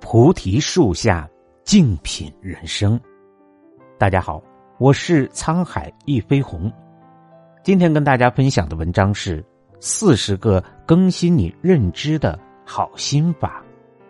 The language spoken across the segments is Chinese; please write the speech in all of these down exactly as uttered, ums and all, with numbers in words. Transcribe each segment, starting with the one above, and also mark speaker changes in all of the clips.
Speaker 1: 菩提树下静品人生。大家好，我是沧海一飞鸿。今天跟大家分享的文章是四十个更新你认知的好心法。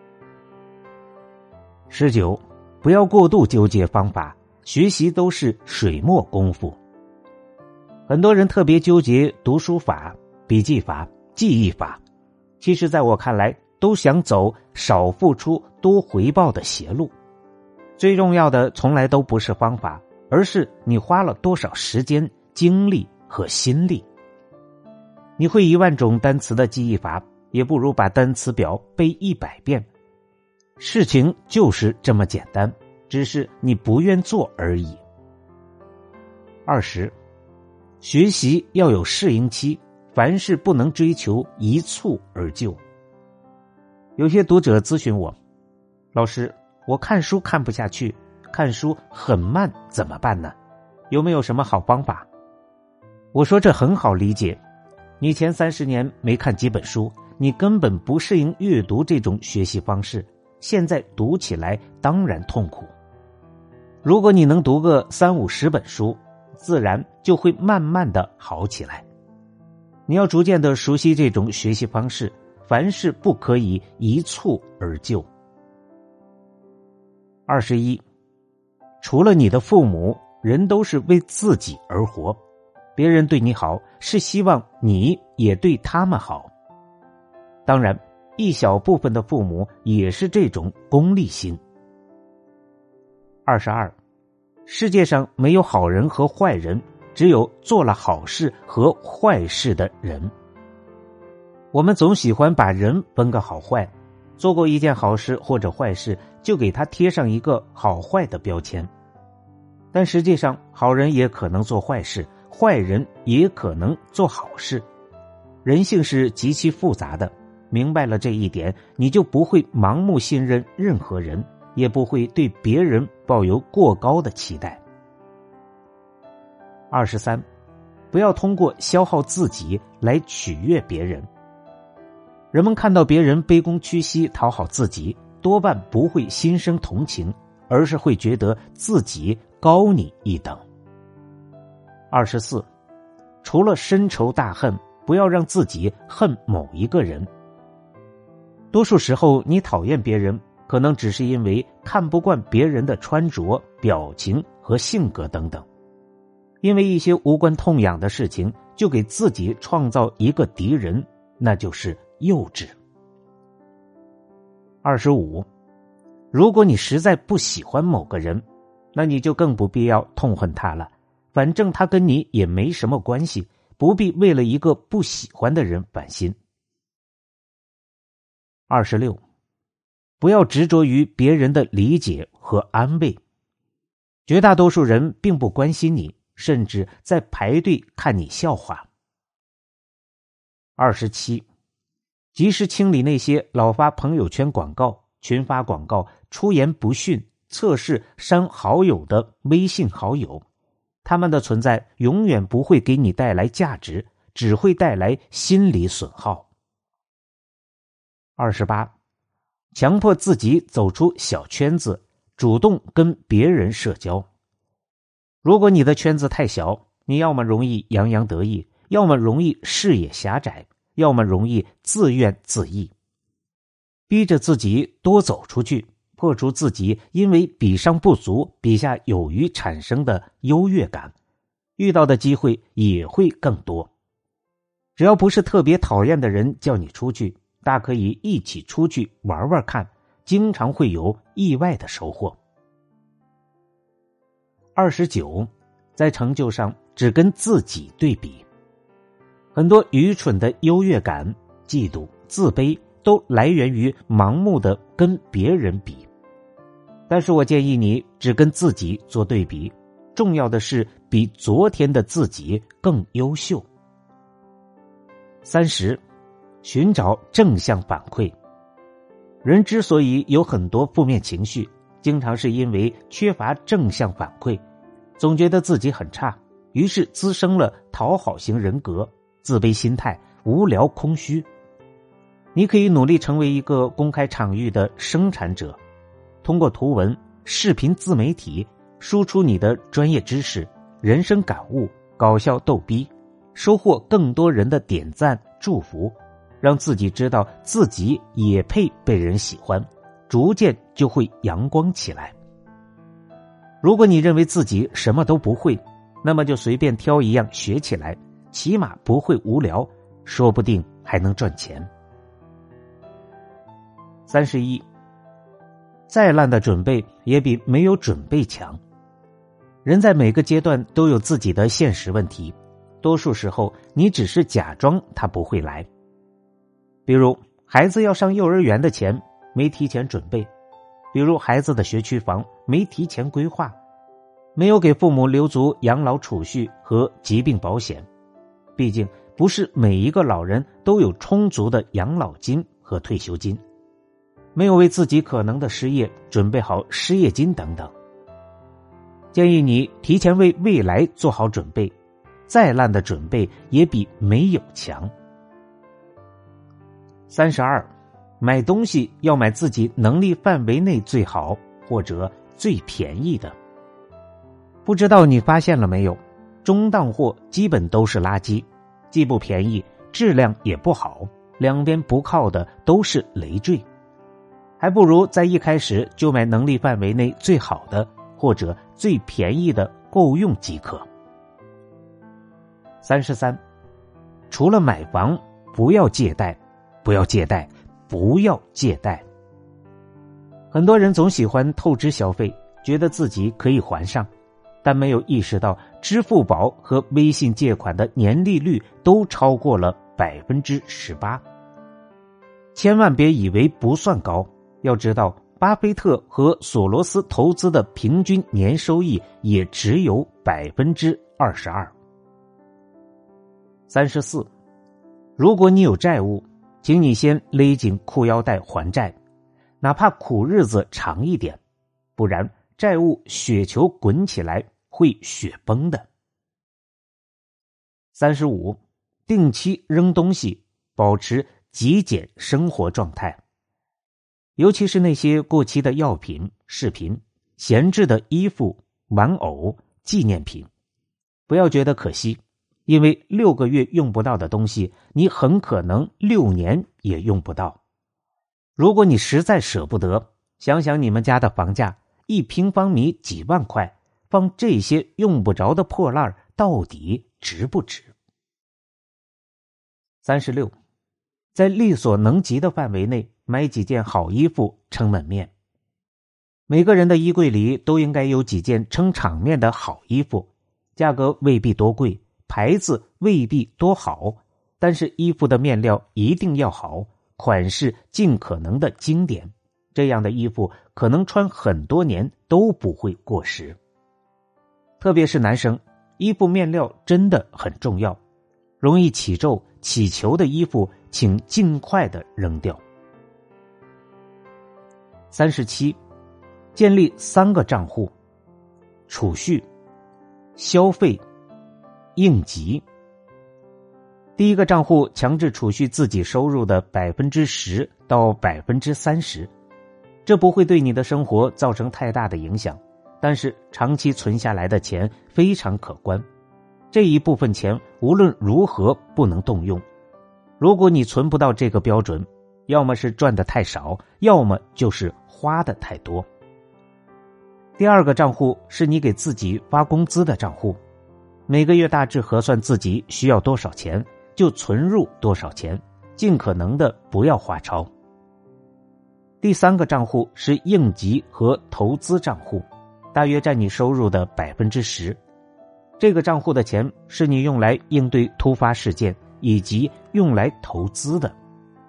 Speaker 1: 十九，不要过度纠结方法，学习都是水墨功夫。很多人特别纠结读书法、笔记法、记忆法，其实在我看来都想走少付出多回报的邪路。最重要的从来都不是方法，而是你花了多少时间、精力和心力。你会一万种单词的记忆法，也不如把单词表背一百遍。事情就是这么简单，只是你不愿做而已。二十，学习要有适应期，凡事不能追求一蹴而就。有些读者咨询我，老师，我看书看不下去，看书很慢，怎么办呢？有没有什么好方法？我说这很好理解，你前三十年没看几本书，你根本不适应阅读这种学习方式，现在读起来当然痛苦。如果你能读个三五十本书，自然就会慢慢的好起来。你要逐渐的熟悉这种学习方式，凡事不可以一蹴而就。二十一，除了你的父母，人都是为自己而活，别人对你好，是希望你也对他们好。当然，一小部分的父母也是这种功利心。二十二，世界上没有好人和坏人，只有做了好事和坏事的人。我们总喜欢把人分个好坏，做过一件好事或者坏事，就给他贴上一个好坏的标签。但实际上，好人也可能做坏事，坏人也可能做好事。人性是极其复杂的，明白了这一点，你就不会盲目信任任何人，也不会对别人抱有过高的期待。二十三，不要通过消耗自己来取悦别人。人们看到别人卑躬屈膝讨好自己，多半不会心生同情，而是会觉得自己高你一等。二十四，除了深仇大恨，不要让自己恨某一个人。多数时候，你讨厌别人，可能只是因为看不惯别人的穿着、表情和性格等等。因为一些无关痛痒的事情，就给自己创造一个敌人，那就是幼稚。二十五，如果你实在不喜欢某个人，那你就更不必要痛恨他了，反正他跟你也没什么关系，不必为了一个不喜欢的人烦心。二十六，不要执着于别人的理解和安慰。绝大多数人并不关心你，甚至在排队看你笑话。二十七，及时清理那些老发朋友圈广告、群发广告、出言不逊、测试删好友的微信好友，他们的存在永远不会给你带来价值，只会带来心理损耗。二十八，强迫自己走出小圈子，主动跟别人社交。如果你的圈子太小，你要么容易洋洋得意，要么容易视野狭窄，要么容易自怨自艾。逼着自己多走出去，破除自己因为比上不足比下有余产生的优越感，遇到的机会也会更多。只要不是特别讨厌的人叫你出去，大可以一起出去玩玩看，经常会有意外的收获。二十九，在成就上只跟自己对比。很多愚蠢的优越感、嫉妒、自卑都来源于盲目的跟别人比。但是我建议你只跟自己做对比，重要的是比昨天的自己更优秀。三十，寻找正向反馈。人之所以有很多负面情绪，经常是因为缺乏正向反馈，总觉得自己很差，于是滋生了讨好型人格、自卑心态、无聊空虚。你可以努力成为一个公开场域的生产者， 通过图文、视频自媒体输出你的专业知识、人生感悟、搞笑逗逼，收获更多人的点赞祝福，让自己知道自己也配被人喜欢，逐渐就会阳光起来。如果你认为自己什么都不会，那么就随便挑一样学起来，起码不会无聊，说不定还能赚钱。三十一，再烂的准备也比没有准备强。人在每个阶段都有自己的现实问题，多数时候你只是假装他不会来。比如孩子要上幼儿园的钱没提前准备，比如孩子的学区房没提前规划，没有给父母留足养老储蓄和疾病保险。毕竟不是每一个老人都有充足的养老金和退休金，没有为自己可能的失业准备好失业金等等。建议你提前为未来做好准备，再烂的准备也比没有强。三十二，买东西要买自己能力范围内最好或者最便宜的。不知道你发现了没有，中档货基本都是垃圾，既不便宜，质量也不好，两边不靠的都是累赘。还不如在一开始就买能力范围内最好的或者最便宜的够用即可。三十三，除了买房，不要借贷，不要借贷，不要借贷。很多人总喜欢透支消费，觉得自己可以还上，但没有意识到支付宝和微信借款的年利率都超过了百分之十八。千万别以为不算高，要知道巴菲特和索罗斯投资的平均年收益也只有百分之二十二。三十四，如果你有债务，请你先勒紧裤腰带还债，哪怕苦日子长一点，不然债务雪球滚起来会雪崩的。三十五，定期扔东西，保持极简生活状态。尤其是那些过期的药品、饰品、闲置的衣服、玩偶、纪念品，不要觉得可惜，因为六个月用不到的东西，你很可能六年也用不到。如果你实在舍不得，想想你们家的房价，一平方米几万块，放这些用不着的破烂到底值不值？三十六，在力所能及的范围内买几件好衣服撑门面。每个人的衣柜里都应该有几件撑场面的好衣服，价格未必多贵，牌子未必多好，但是衣服的面料一定要好，款式尽可能的经典，这样的衣服可能穿很多年都不会过时。特别是男生，衣服面料真的很重要，容易起皱起球的衣服请尽快的扔掉。三十七，建立三个账户：储蓄、消费、应急。第一个账户强制储蓄自己收入的百分之十到百分之三十，这不会对你的生活造成太大的影响，但是长期存下来的钱非常可观。这一部分钱无论如何不能动用，如果你存不到这个标准，要么是赚的太少，要么就是花的太多。第二个账户是你给自己发工资的账户，每个月大致核算自己需要多少钱，就存入多少钱，尽可能的不要花超。第三个账户是应急和投资账户，大约占你收入的百分之十。这个账户的钱是你用来应对突发事件以及用来投资的。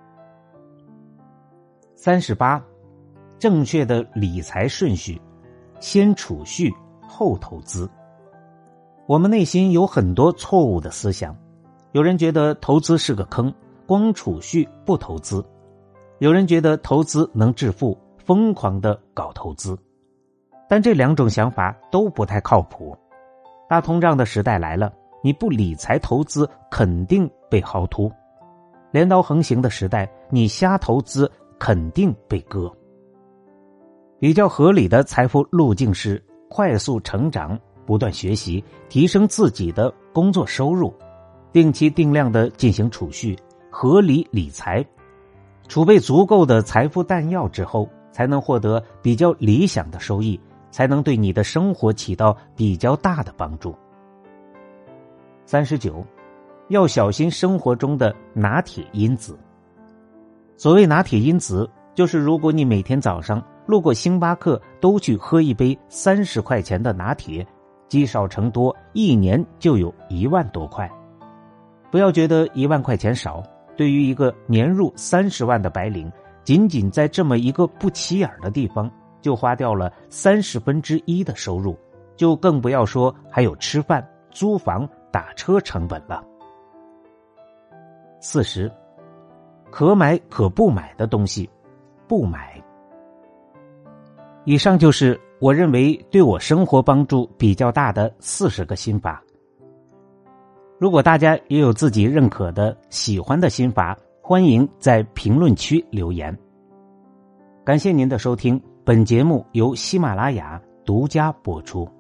Speaker 1: 三十八，正确的理财顺序，先储蓄后投资。我们内心有很多错误的思想，有人觉得投资是个坑，光储蓄不投资；有人觉得投资能致富，疯狂的搞投资。但这两种想法都不太靠谱。大通胀的时代来了，你不理财投资肯定被薅秃；镰刀横行的时代，你瞎投资肯定被割。 比较合理的财富路径是快速成长，不断学习，提升自己的工作收入，定期定量的进行储蓄，合理理财，储备足够的财富弹药之后，才能获得比较理想的收益，才能对你的生活起到比较大的帮助。三十九，要小心生活中的拿铁因子。所谓拿铁因子，就是如果你每天早上路过星巴克都去喝一杯三十块钱的拿铁，积少成多，一年就有一万多块。不要觉得一万块钱少，对于一个年入三十万的白领，仅仅在这么一个不起眼的地方就花掉了三十分之一的收入，就更不要说还有吃饭、租房、打车成本了。四十，可买可不买的东西不买。以上就是我认为对我生活帮助比较大的四十个心法。如果大家也有自己认可的喜欢的心法，欢迎在评论区留言。感谢您的收听，本节目由喜马拉雅独家播出。